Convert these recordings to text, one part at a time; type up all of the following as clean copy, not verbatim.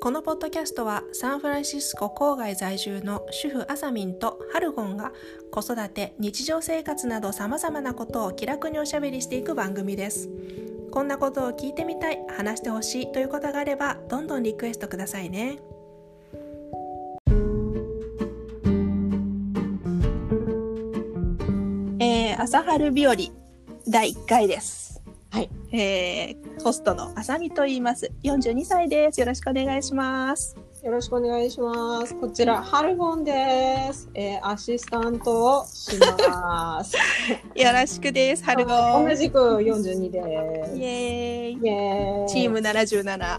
このポッドキャストはサンフランシスコ郊外在住の主婦あさみんとハルゴンが子育て、日常生活などさまざまなことを気楽におしゃべりしていく番組です。こんなことを聞いてみたい、話してほしいということがあればどんどんリクエストくださいね。朝春日和第1回です。 はい。 ホストのあさみと言います。42歳です。よろしくお願いします。 よろしくお願いします。こちらハルゴンです。アシスタントをします。 よろしくです。ハルゴン。 同じく42です。 イエーイ。 イエーイ。 チーム77。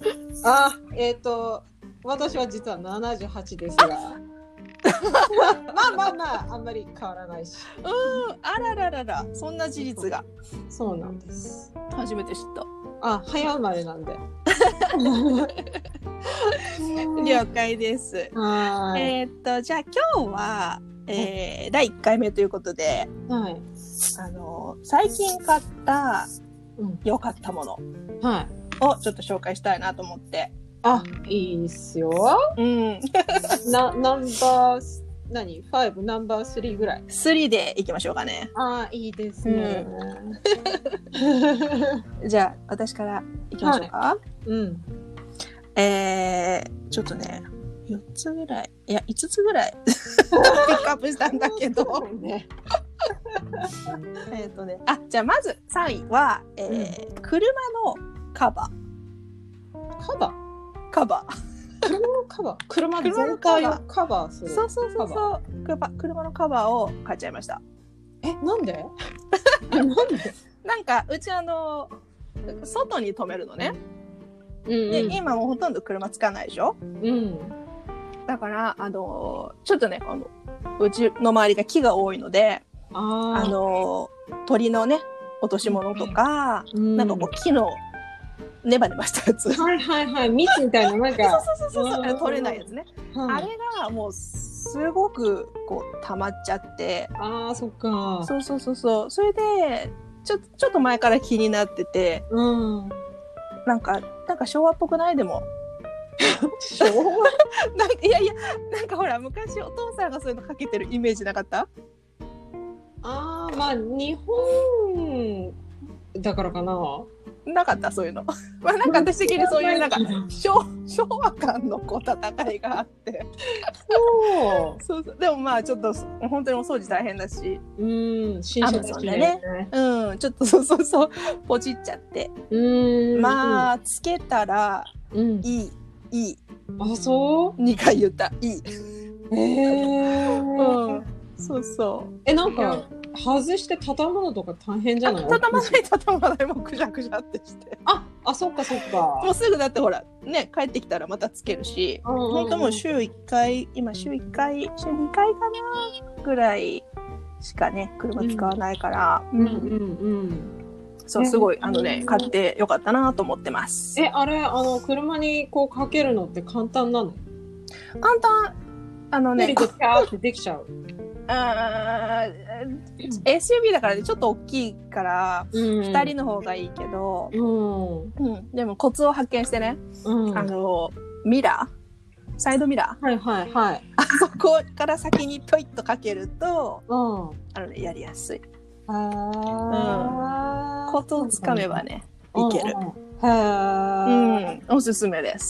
私は実は78ですが。まああんまり変わらないし。 あらららら、そんな事実が。 そうなんです。 初めて知った。 早生まれなんで。 了解です。じゃあ今日は、第1回目ということで、 はい、 最近買った良かったものをちょっと紹介したいなと思って。 いいっすよ。 うん。 ナンバー5、ナンバー3ぐらい。 3でいきましょうかね。 いいですね。 じゃあ私からいきましょうか。 はい、 ちょっとね、4つぐらい、いや5つぐらいピックアップしたんだけど。じゃあまず3位は、車のカバー。カバー。 車全体をカバーする。 そう。車のカバーを買っちゃいました。 なんで？ なんかうち外に止めるのね。で今もうほとんど車使わないでしょ。だからちょっとねうちの周りが木が多いので、鳥のね落とし物とか、なんかこう木のネバネバしたやつ。 蜜みたいななんか。 そう取れないやつね。あれがもうすごくこう溜まっちゃって。 そっか。 そう。それでちょっと前から気になってて。なんか昭和っぽくないでも。 昭和？ なんかほら昔お父さんがそういうのかけてるイメージなかった？ 日本だからかな。 なかったそういうの。なんか私的にそういうなんか昭和感の戦いがあって。そうでもちょっと本当にお掃除大変だし。 新車だしね。 ちょっとそうポチっちゃって。つけたらいい。 そう？ 2 回言ったいい。そう。 なんか外して畳むのとか大変じゃない？ 畳まないもうくじゃくじゃってして。 そっか。 もうすぐだってほらね帰ってきたらまたつけるし、本当もう週1回今週2回かなぐらいしかね車使わないから、そうすごい買ってよかったなと思ってます。 車にこうかけるのって簡単なの？ 簡単一人でキャーってできちゃう。 SUV だからねちょっと大きいから2人の方がいいけど、でもコツを発見してね、ミラーサイドミラー、あそこから先にトイッとかけると、やりやすい。コツをつかめばねいける。おすすめです。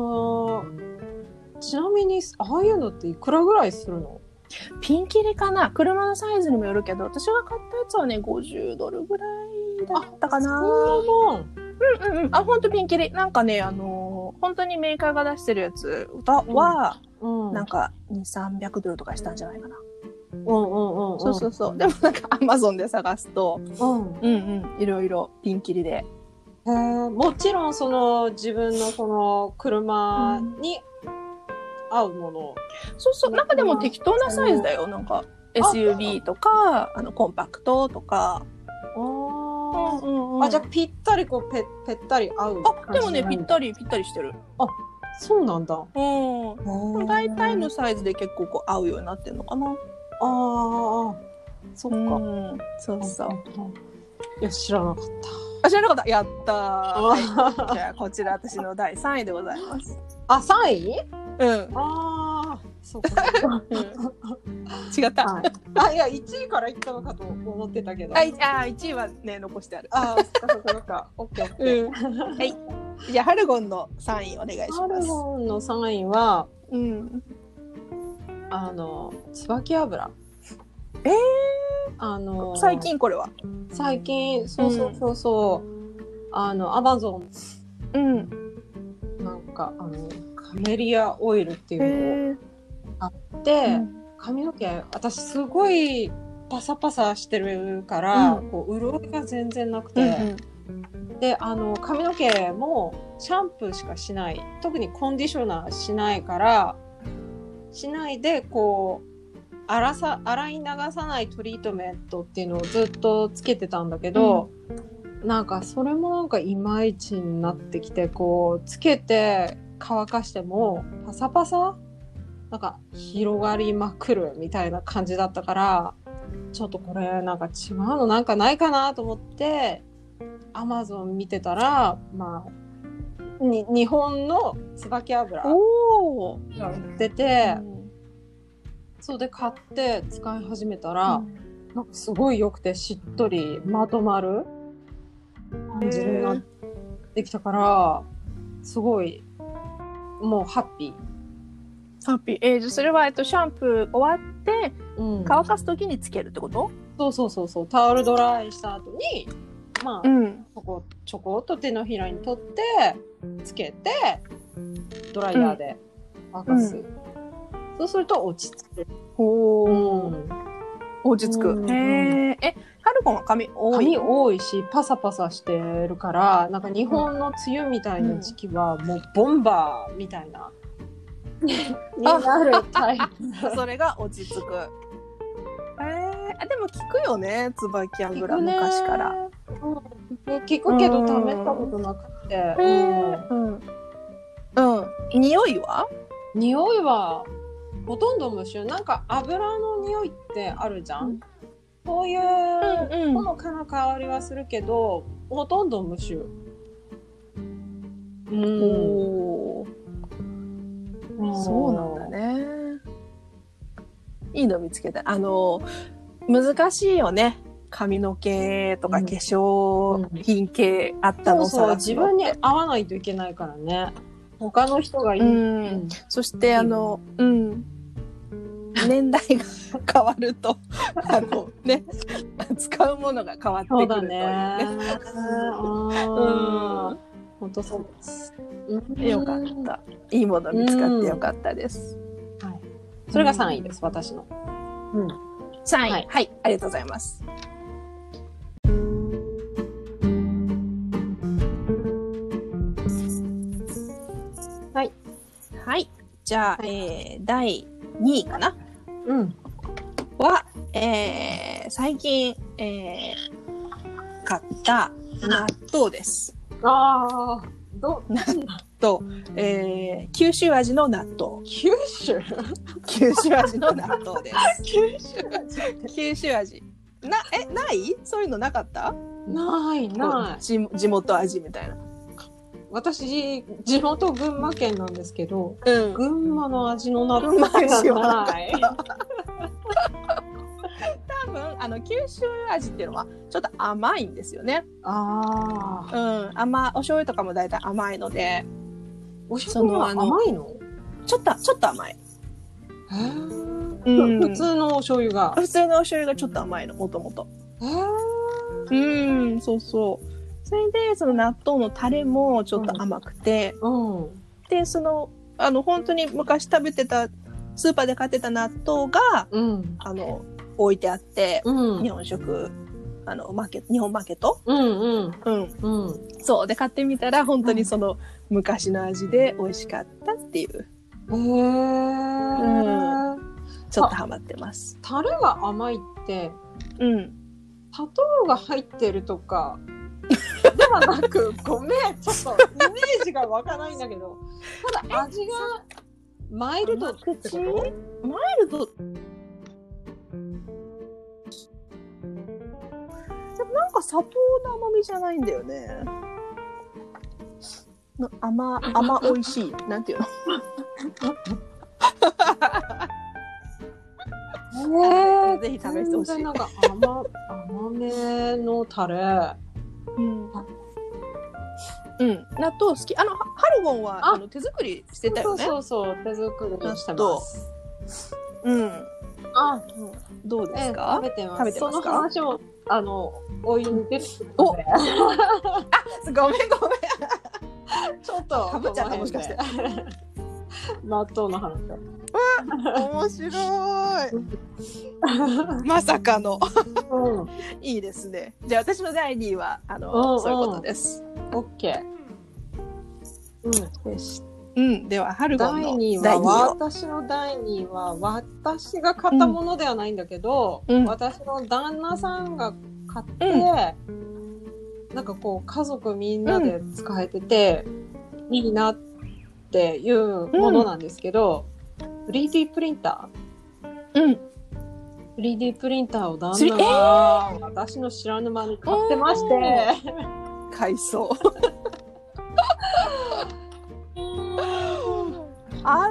ちなみにああいうのっていくらぐらいするの？ ピンキリかな。車のサイズにもよるけど私が買ったやつはね$50ぐらいだったかな。ほんとピンキリ。なんかね本当にメーカーが出してるやつは、なんか$200-300とかしたんじゃないかな。そうでもなんか Amazon で探すといろいろピンキリで。 もちろんその自分のその車に合うもの。 なんかでも適当なサイズだよ。なんか SUV とかコンパクトとか。 じゃあぴったりこうぺったり合う感じ？ でもねぴったりしてる。 そうなんだ。 大体のサイズで結構こう合うようになってるのかな。 そっか。 そう。 いや知らなかった。 あ、知らなかった。やったー。はい、じゃあこちら私の第3位でございます。 あ、3位？ うん。 ああ、そうか。 違った。 はい、あ、いや、1位からいったのかと思ってたけど。 1位はね、残してある。 ああ、そっか。オッケーオッケー。はい。じゃあ、ハルゴンの3位お願いします。 ハルゴンの3位は、椿油。 最近これは？ 最近、そう。アマゾン。なんか、カメリアオイルっていうのをあって、髪の毛、私すごいパサパサしてるから、こう潤いが全然なくて、で、髪の毛もシャンプーしかしない。特にコンディショナーしないから、しないで、こう、洗い流さないトリートメントっていうのをずっとつけてたんだけど、なんかそれもなんかいまいちになってきて、こう、つけて乾かしてもパサパサなんか広がりまくるみたいな感じだったから、ちょっとこれなんか違うのなんかないかなと思って、アマゾン見てたら、まあ、日本の椿油が売ってて、そうで買って使い始めたら、なんかすごい良くてしっとりまとまる感じになってきたから、すごいもうハッピー。 じゃそれはシャンプー終わって、乾かすときにつけるってこと？ そう。タオルドライした後に、まあ、ちょこっと手のひらに取ってつけてドライヤーで乾かす。そうすると落ち着く。 落ち着く。ハルコンは髪多いし、パサパサしてるから、なんか日本の梅雨みたいな時期はもうボンバーみたいな。になるタイプ。 それが落ち着く。でも効くよね、椿油昔から。 効くけど試したことなくて。 匂いは？ 匂いはほとんど無臭。なんか油の匂いってあるじゃん。そういうほのかな香りはするけど、ほとんど無臭。 そうなんだね。いいの見つけた。難しいよね。髪の毛とか化粧品系あったのを探すのって。 自分に合わないといけないからね。他の人がいい。 そして年代が変わるとね、使うものが変わってくるというね。 本当そうです。 よかった。いいもの見つかってよかったです。 はい。それが3位です、私の。 3位、はい、ありがとうございます。はい。じゃあ、第2位かな。は、最近、買った納豆です。 納豆、九州味の納豆。九州味の納豆です。九州味。ないそういうのなかった？ ない。 地元味みたいな。 私、地元群馬県なんですけど、群馬の味の納豆はない。 多分、九州味っていうのはちょっと甘いんですよね。お醤油とかも大体甘いので。 お醤油は甘いの？ ちょっと甘い。 普通のお醤油が。 普通のお醤油がちょっと甘いの、もともと。そうそう。それで、その納豆のタレもちょっと甘くて、で、本当に昔食べてた、スーパーで買ってた納豆が、置いてあって、日本食、日本マーケットそう。で、買ってみたら、本当に昔の味で美味しかったっていう。ちょっとハマってます。 タレが甘いって、砂糖が入ってるとか、ではなく、ごめん、ちょっとイメージが湧かないんだけど、ただ味がマイルドってこと？マイルドなんか砂糖の甘みじゃないんだよね。甘美味しい。なんていうのぜひ試してほしい。 なんか甘めのタレ。 納豆好き。ハルゴンは手作りしてたよね。 そう手作りしてます。 どうですか？ 食べてます。その話もお湯に出てごめん。 ちょっとかぶっちゃったもしかして。 納豆の話。 面白い。まさかの。いいですね。じゃあ私の第2位はそういうことです。 オッケー。ではハルゴンの第2位は、私の第2位は私が買ったものではないんだけど、私の旦那さんが買って、なんかこう家族みんなで使えてて、いいなっていうものなんですけど、3D プリンター、3D プリンターを旦那が私の知らぬ間に買ってまして、 買いそう。あら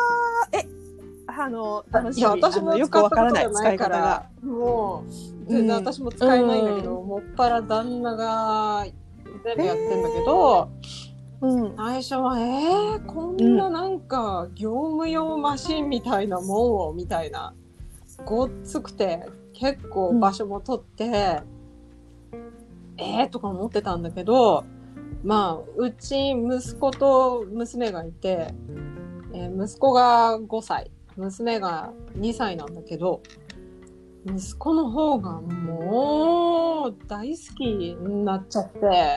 楽しみ。 私もよくわからない使い方が。もう全然私も使えないんだけど、もっぱら旦那が全部やってんだけど、最初はこんななんか業務用マシンみたいなもんをみたいな、ごっつくて結構場所も取って、とか思ってたんだけど、まあうち息子と娘がいて、息子が5歳、娘が2歳なんだけど、息子の方がもう大好きになっちゃって、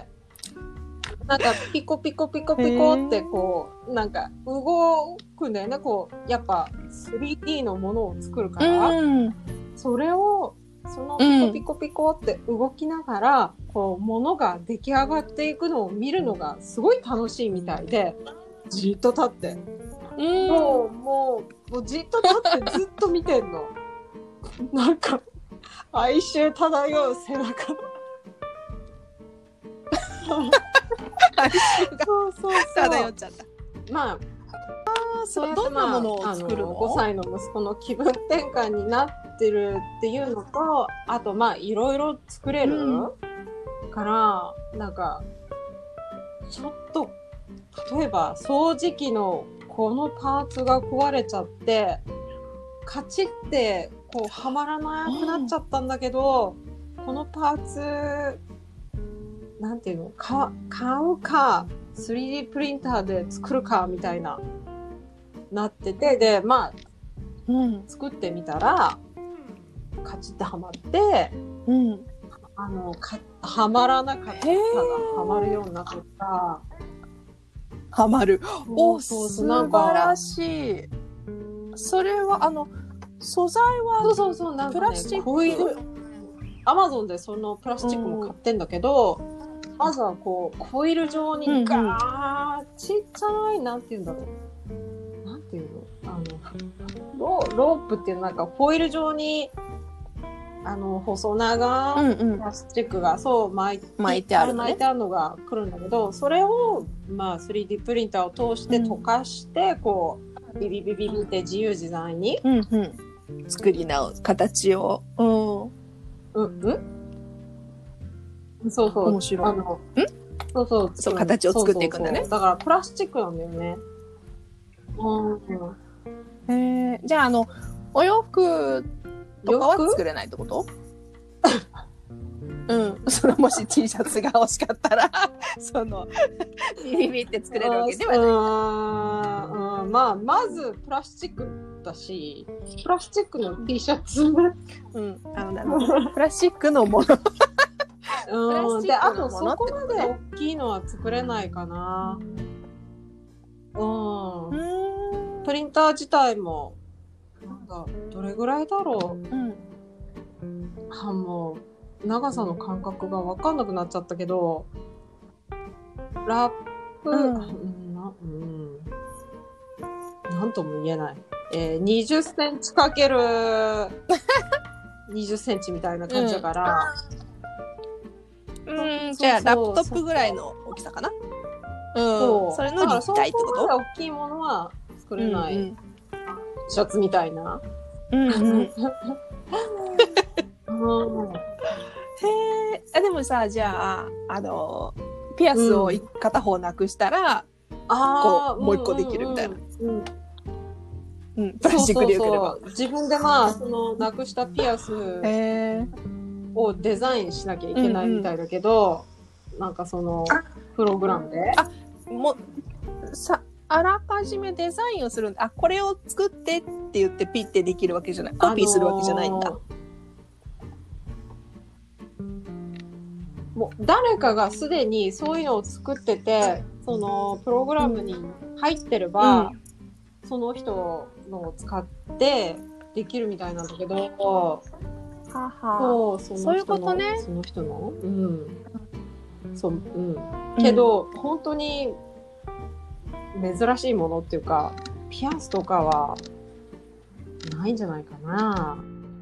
なんかピコピコピコピコってこうなんか動くんだよね。こうやっぱ 3D のものを作るから、それをそのピコピコピコって動きながら、こう物が出来上がっていくのを見るのがすごい楽しいみたいで、じっと立って、もうじっと立ってずっと見てんの。なんか哀愁漂う背中。 そう漂っちゃった。 まあどんなものを作るの ？5歳の息子の気分転換になってるっていうのと、あとまあいろいろ作れる、から、なんかちょっと例えば掃除機のこのパーツが壊れちゃってカチッてこうはまらなくなっちゃったんだけど、このパーツなんていうの、買うか 3D プリンターで作るかみたいななってて、でまあ、作ってみたらカチッてはまって、はまらなかったがはまるようになってた。 はまる。素晴らしい。それは素材はなんか、プラスチック。 Amazon でそのプラスチックも買ってんだけど、まずはこうコイル状にガーちっちゃい、なんていうんだろう、なんていうの、ロープっていうなんかホイール状に細長いプラスチックが巻いてあるのが来るんだけど、それをまあ 3D プリンターを通して溶かして、こうビビビビビって自由自在に、 作り直す形を。 そう面白い。そう形を作っていくんだね。 だからプラスチックなんだよね。 じゃあお洋服とかは作れないってこと？そのもし T シャツが欲しかったらビビビって作れるわけではない。 まあまずプラスチックだし、プラスチックの T シャツ、 プラスチックのもの。 で、あとそこまで大きいのは作れないかな。プリンター自体もなんだどれぐらいだろう。もう長さの感覚が分かんなくなっちゃったけど、ラップ、なんとも言えない。20センチかける20センチみたいな感じだから、 じゃあラップトップぐらいの大きさかな。それの立体ってこと？ そこまで大きいものは作れない。シャツみたいな。 でもさ、じゃあピアスを片方なくしたら、こうもう一個できるみたいな。プラスチックでよければ。 自分でそのなくしたピアスをデザインしなきゃいけないみたいだけど、なんかそのプログラムで。 あらかじめデザインをするんだ。これを作ってって言ってピッてできるわけじゃない。コピーするわけじゃないんだ。 もう誰かがすでにそういうのを作ってて、そのプログラムに入ってれば、その人のを使ってできるみたいなんだけど、 そういうことね。 その人の、けど、本当に珍しいものっていうか、ピアスとかはないんじゃないかな。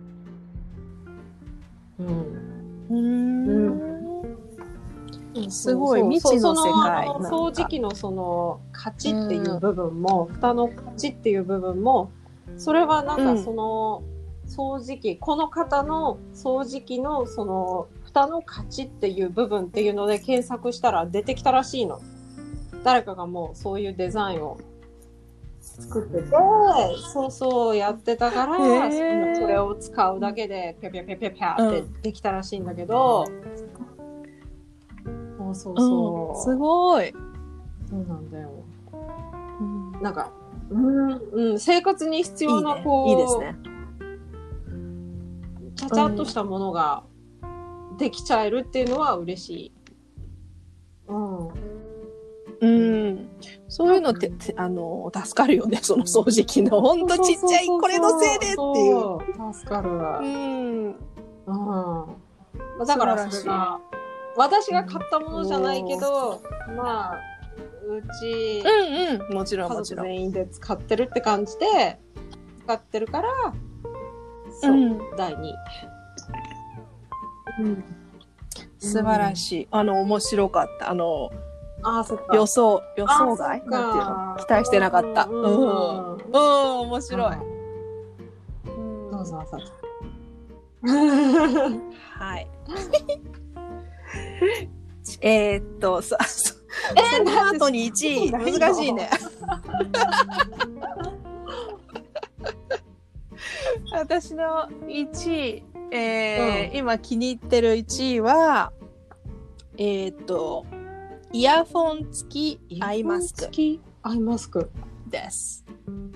すごい未知の世界。 掃除機のそのカチっていう部分も、蓋のカチっていう部分も、それはなんかその掃除機、この方の掃除機のその蓋のカチっていう部分っていうので検索したら出てきたらしいの。誰かがもうそういうデザインを作ってて、やってたから、それを使うだけでピャピャピャピャピャってできたらしいんだけど、すごい。 そうなんだよ。なんか、生活に必要なこう、 いいですね。 ちゃちゃっとしたものができちゃえるっていうのは嬉しい。 そういうのって助かるよね。その掃除機のほんとちっちゃいこれのせいでっていう。 助かる。だからそれが私が買ったものじゃないけど、うちもちろん家族全員で使ってるって感じで使ってるから、第2。 素晴らしい。面白かった。 そっか。 予想外なんていうの？期待してなかった。面白い。 どうぞ。 はい。その後に1位、難しいね。私の1位、今気に入ってる1位は、イヤフォン付きアイマスク。 アイマスクです。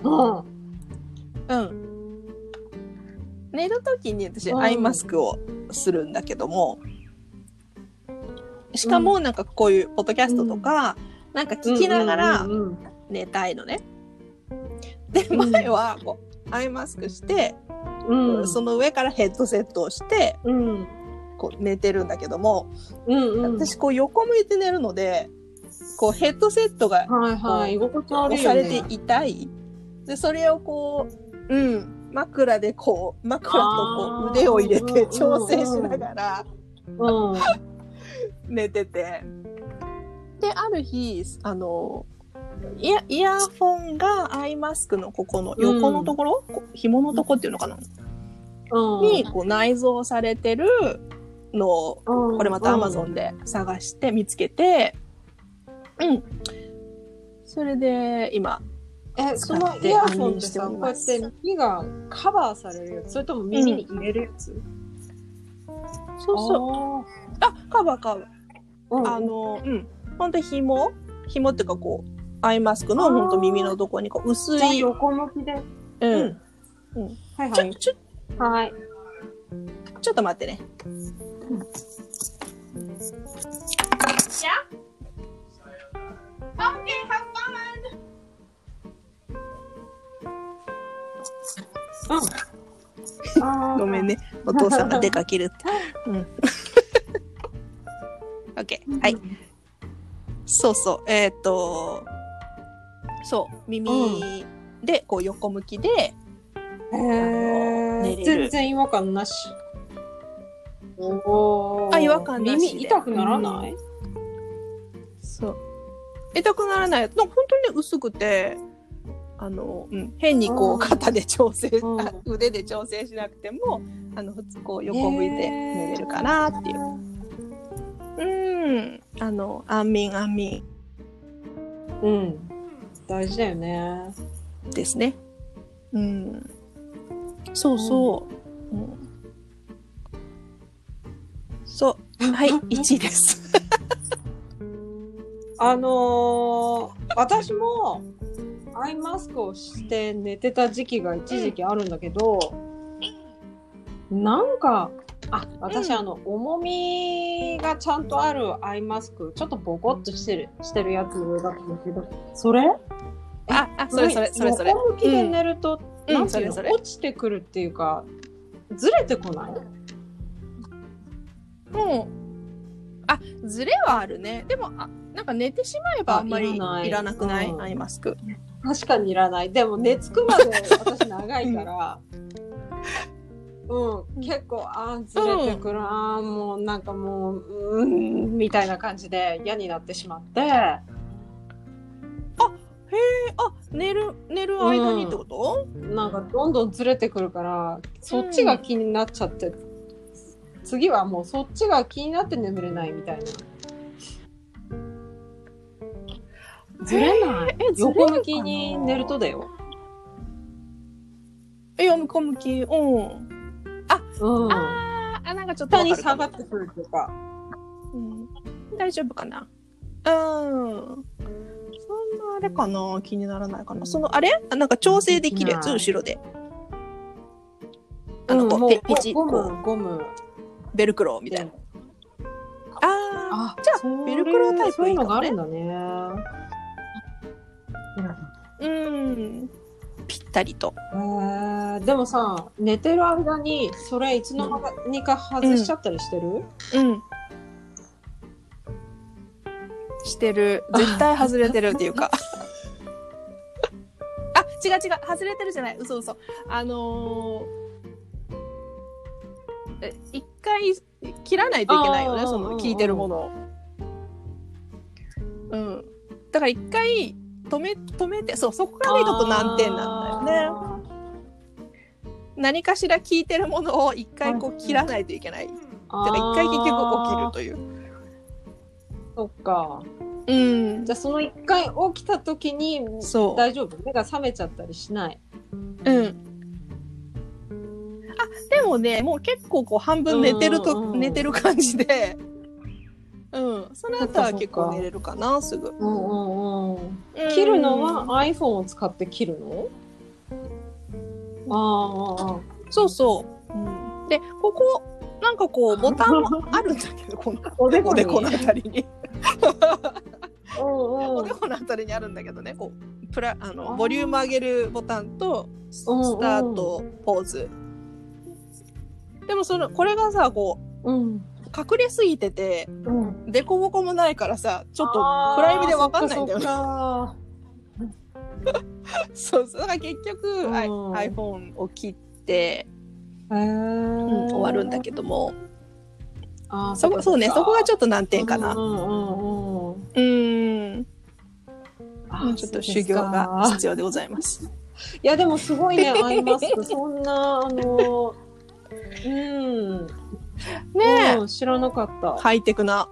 寝るときに私、アイマスクをするんだけども、しかもなんかこういうポッドキャストとか、なんか聞きながら寝たいのね。で、前はこうアイマスクして、その上からヘッドセットをして、こう寝てるんだけども、私こう横向いて寝るので、こうヘッドセットが押されて痛い。で、それをこう、枕とこう腕を入れて調整しながら、寝てて。で、ある日、イヤフォンがアイマスクのここの横のところ、紐のとこっていうのかな、にこう内蔵されてるのを、これまた Amazon で探して見つけて、それで今、 そのイヤホンってさ、こうやって耳がカバーされるやつ、それとも耳に入れるやつ？ カバー。ほんと紐っていうかこう、アイマスクのほんと耳のとこにこう薄い。 横向きで。はい。 ちょっと待ってね。ごめんね、お父さんが出かけるって。OK、はい。耳でこう横向きで寝れる。 全然違和感なし。 違和感なしで。 耳痛くならない？ そう。痛くならない。本当に薄くて、変にこう肩で調整、腕で調整しなくても、普通こう横向いて寝れるかなっていう。安眠。 大事だよね。 ですね。そうそう。そう。はい、1位です。 私もアイマスクをして寝てた時期が一時期あるんだけど、なんか、私重みがちゃんとあるアイマスク、ちょっとボコッとしてるやつだったんだけど、それ？ それ。 横向きで寝ると、なんていうの、落ちてくるっていうか、ずれてこない？ ずれはあるね。でも、なんか寝てしまえばあんまりいらなくない？アイマスク。 確かにいらない。でも寝つくまで私長いから、結構、ずれてくる、もうなんかもう、みたいな感じで嫌になってしまって。 寝る間にってこと？ なんかどんどんずれてくるから、そっちが気になっちゃって、次はもうそっちが気になって眠れないみたいな。ずれない。横向きに寝るとだよ。 横向き。なんかちょっと下に下がってくるとか。 大丈夫かな。そんなあれかな、気にならないかな。なんか調整できるやつ、後ろで。ピチッゴム。 ベルクロみたいな。じゃあ、ベルクロタイプいいかもね。そういうのがあるんだね。ぴったりと。 でもさ、寝てる間に、それいつの間にか外しちゃったりしてる？ してる。絶対外れてるっていうか。違う。外れてるじゃない。嘘。一回切らないといけないよね、その聞いてるものを。だから一回止めて、そこがちょっと難点なんだよね。何かしら聞いてるものを一回こう切らないといけない。だから一回結局起きるという。 そっか。じゃあその一回起きた時に大丈夫？目が覚めちゃったりしない？ でもね、もう結構こう半分寝てる感じで、その後は結構寝れるかな、すぐ。 切るのは iPhone を使って切るの？そう。 で、ここ、なんかこう、ボタンもあるんだけど、このおでこのあたりに。おでこのあたりにあるんだけどね、こう、ボリューム上げるボタンと、スタート、ポーズ。でもこれがさ、こう、隠れすぎてて、デコボコもないからさ、ちょっと暗闇でわかんないんだよね。そう。だから結局、iPhone を切って、終わるんだけども。そうね、そこがちょっと難点かな。ちょっと修行が必要でございます。 いや、でもすごいね、アイマスク。そんな、知らなかった。 ハイテクな。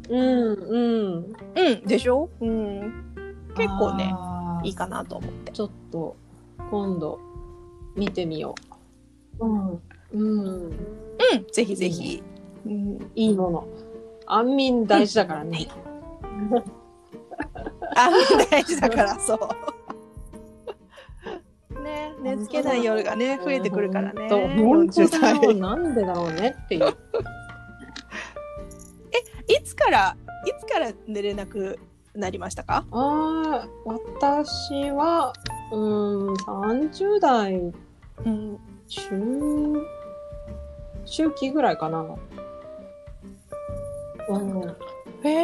でしょ？結構ね、いいかなと思って。 ちょっと、今度、見てみよう。 ぜひぜひ。 いいもの。安眠大事だからね。 安眠大事だから、そう。ね、寝つけない夜がね、増えてくるからね。 40代。なんでだろうねっていう。 いつから寝れなくなりましたか？ 私は、30代、中期ぐらいかな。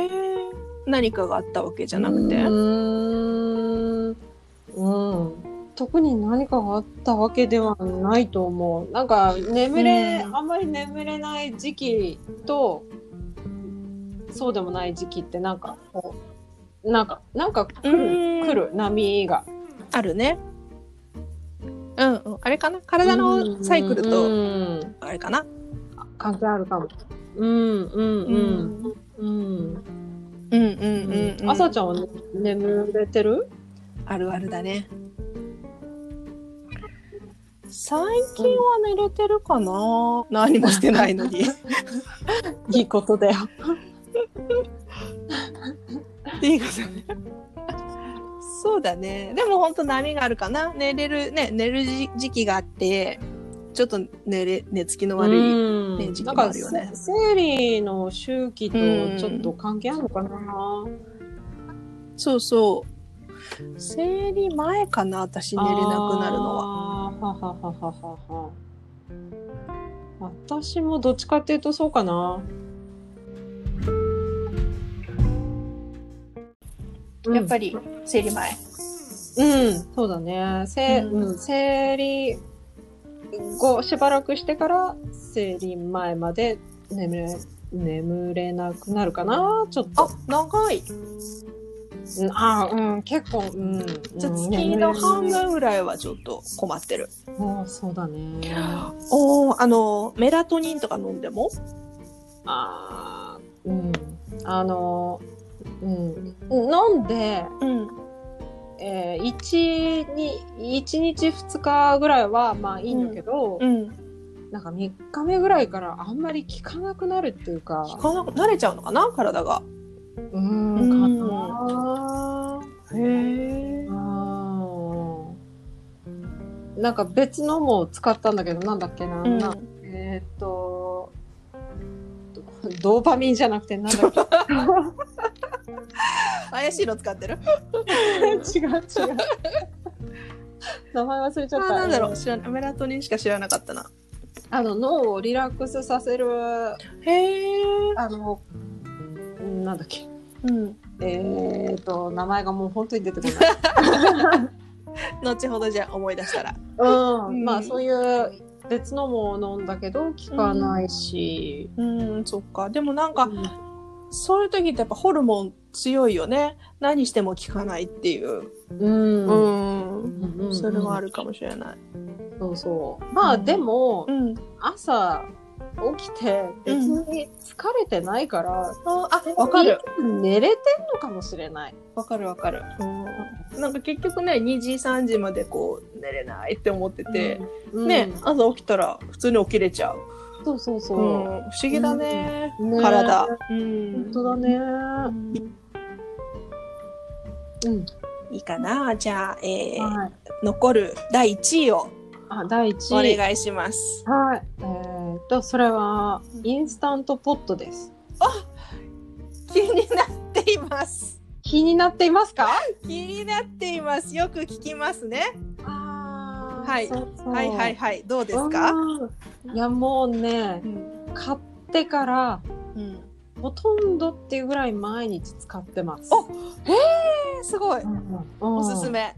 何かがあったわけじゃなくて？ 特に何かがあったわけではないと思う。なんかあんまり眠れない時期とそうでもない時期ってなんかこうなんか来る波があるね。うんうん、あれかな、体のサイクルとあれかな、 関係あるかも。うんうんうんうん。朝ちゃんは、ね、眠れてる？ あるあるだね。最近は寝れてるかな、何もしてないのに。 いいことだよ。 いいことね。そうだね。でも本当波があるかな。寝る時期があって、ちょっと寝つきの悪い、ね、時期もあるよね。 なんか生理の周期とちょっと関係あるのかな。 そうそう。生理前かな、私寝れなくなるのは。 私もどっちかっていうとそうかな。 やっぱり生理前。 そうだね。生理後しばらくしてから生理前まで眠れなくなるかな。ちょっと。 長い。 結構、 じゃあ月の半分ぐらいはちょっと困ってる。 そうだね。 メラトニンとか飲んでも？ 飲んで、1日2日ぐらいはまあいいんだけど、なんか3日目ぐらいからあんまり効かなくなるっていうか。 慣れちゃうのかな、体が。 かな。 へえ。 なんか別のも使ったんだけど、なんだっけな。ドーパミンじゃなくてなんだっけ。 怪しいの使ってる？ 違う。名前忘れちゃった。 なんだろう、知らない。メラトニンしか知らなかったな。 脳をリラックスさせる。 へえ。 なんだっけ。名前がもう本当に出てこない。 後ほどじゃあ思い出したら。 まあそういう別のも飲んだけど効かないし。 そっか。でもなんか、そういう時ってやっぱホルモン強いよね。何しても効かないっていう。それはあるかもしれない。 そうそう。まあでも、朝起きて別に疲れてないから、 わかる。 寝れてんのかもしれない。 わかる。なんか結局ね、2時3時までこう寝れないって思ってて、ね、朝起きたら普通に起きれちゃう。 そう。不思議だね、体。 本当だね。 いいかな。じゃあ、残る第1位を第1位お願いします。 はい。それはインスタントポットです。 気になっています。 気になっていますか？ 気になっています。よく聞きますね。はい。どうですか？ いやもうね、買ってから、ほとんどっていうぐらい毎日使ってます。 すごい。おすすめ。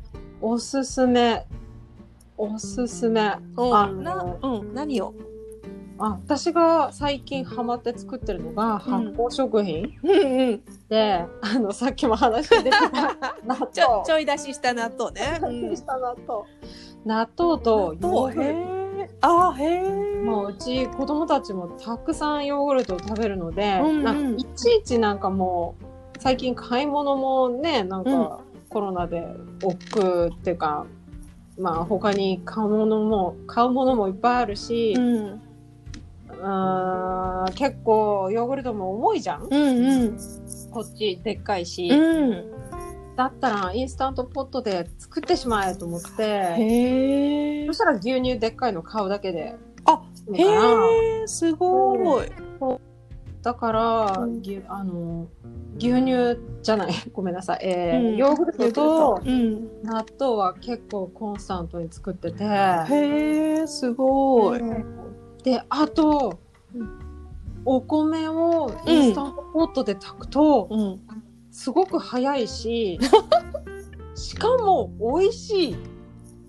何を？ 私が最近ハマって作ってるのが発酵食品、で、さっきも話出てた納豆ちょい出しした納豆ね。 納豆とヨーグルト。もううち子供たちもたくさんヨーグルトを食べるので、なんかいちいちなんかもう最近買い物もね、なんかコロナで億劫っていうか、まあ他に買うものもいっぱいあるし、結構ヨーグルトも重いじゃん。こっちでっかいし、だったらインスタントポットで作ってしまえと思って、そしたら牛乳でっかいの買うだけで。 すごい。 だから牛乳じゃないごめんなさい、ヨーグルトと納豆は結構コンスタントに作ってて、 すごい。 で、あと、お米をインスタントポットで炊くと、すごく早いし、しかも美味しい。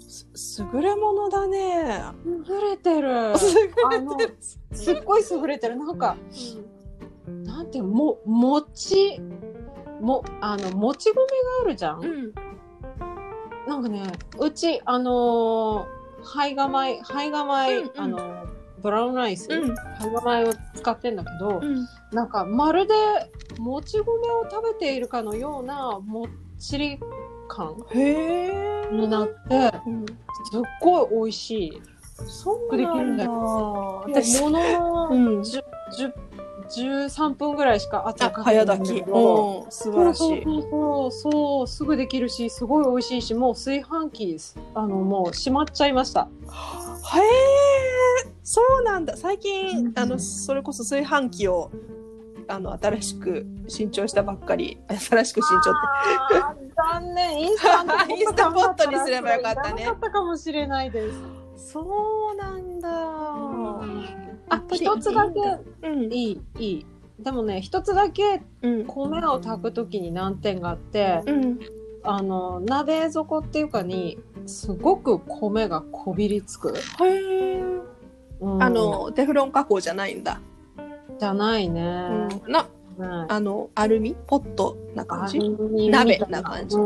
優れものだね。 優れてる。すっごい優れてる。なんか、なんていうの、もち米があるじゃん。なんかね、うち胚芽米、ブラウンライス、胚芽米を使ってんだけど、なんかまるでもち米を食べているかのようなもっちり感になって、すっごい美味しい。 そうできるんだよ。私ものの13分ぐらいしか圧をかけてないんだけど、 素晴らしい。 そうすぐできるし、すごい美味しいし、もう炊飯器もう閉まっちゃいました。 へえ、そうなんだ。最近それこそ炊飯器を新しく新調したばっかり。新しく新調って。 残念。インスタントポットにすればよかったね。 なかったかもしれないです。 そうなんだ。 一つだけ、いい。でもね、一つだけ米を炊くときに難点があって、鍋底っていうかにすごく米がこびりつく。 へー。テフロン加工じゃないんだ。 じゃないね。 アルミポットな感じ？鍋な感じ。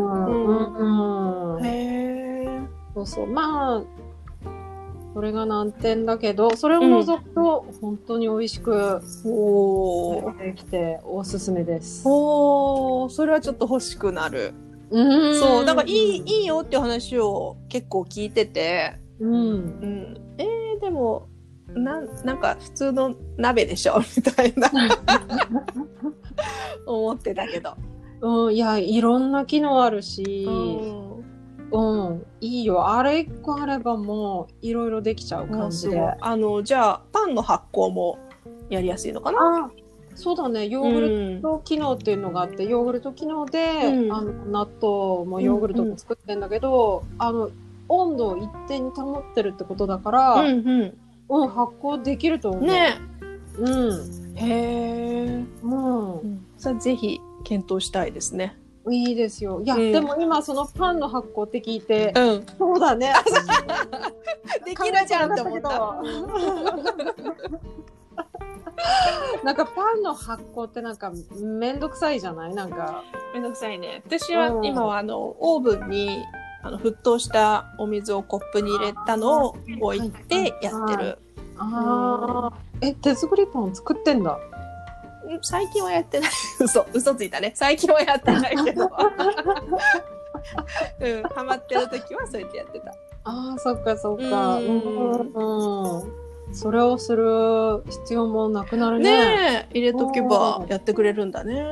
へー。 そう。まあ、それが難点だけど、それを除くと本当に美味しくできておすすめです。 それはちょっと欲しくなる。そう、だからいいよっていう話を結構聞いてて、でもなんか普通の鍋でしょみたいな思ってたけど、 いや、いろんな機能あるし、いいよ。あれ1個あればもういろいろできちゃう感じで。 じゃあパンの発酵もやりやすいのかな？ そうだね。ヨーグルト機能っていうのがあって、ヨーグルト機能で、納豆もヨーグルトも作ってんだけど、温度を一定に保ってるってことだから、発酵できると思う。 ね。へえ。それぜひ検討したいですね。 いいですよ。いや、でも今そのパンの発酵って聞いて、そうだね。 できるじゃんって思った。 なんかパンの発酵ってなんかめんどくさいじゃない？なんかめんどくさいね。私は今はオーブンに沸騰したお水をコップに入れたのを置いてやってる。 手作りパン作ってんだ。 最近はやってない。嘘ついたね。最近はやってないけど。ハマってる時はそうやってやってた。 そっか。それをする必要もなくなるね。 ねえ、入れとけばやってくれるんだね。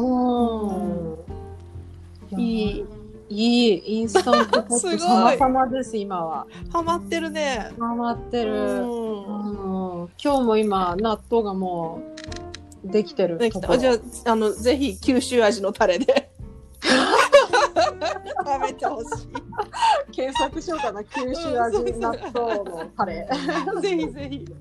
いいインスタントポット様々です今は。 ハマってるね。 ハマってる。今日も今納豆がもうできてる。 じゃあぜひ九州味のタレで食べてほしい。 検索しようかな。九州味納豆のタレ。 ぜひぜひ。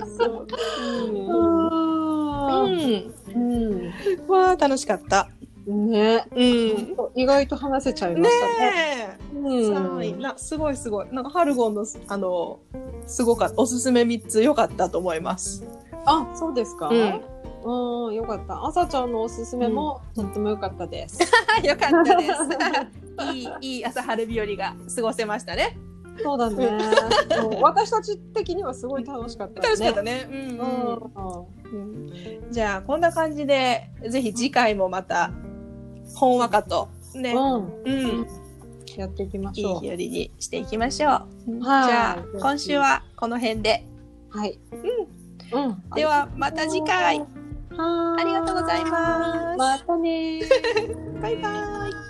わあ楽しかった。 ね。意外と話せちゃいましたね。 すごい。なんかハルゴンのすごかった。おすすめ3つ良かったと思います。 そうですか。よかった。あさちゃんのおすすめもとっても良かったです。 良かったです。いい朝春日和が過ごせましたね。 そうだね。私たち的にはすごい楽しかったね。 楽しかったね。じゃあこんな感じでぜひ次回もまたほんわかとね、 やっていきましょう。 いい日和にしていきましょう。じゃあ今週はこの辺で。ではまた次回。ありがとうございます。 またね。 バイバイ。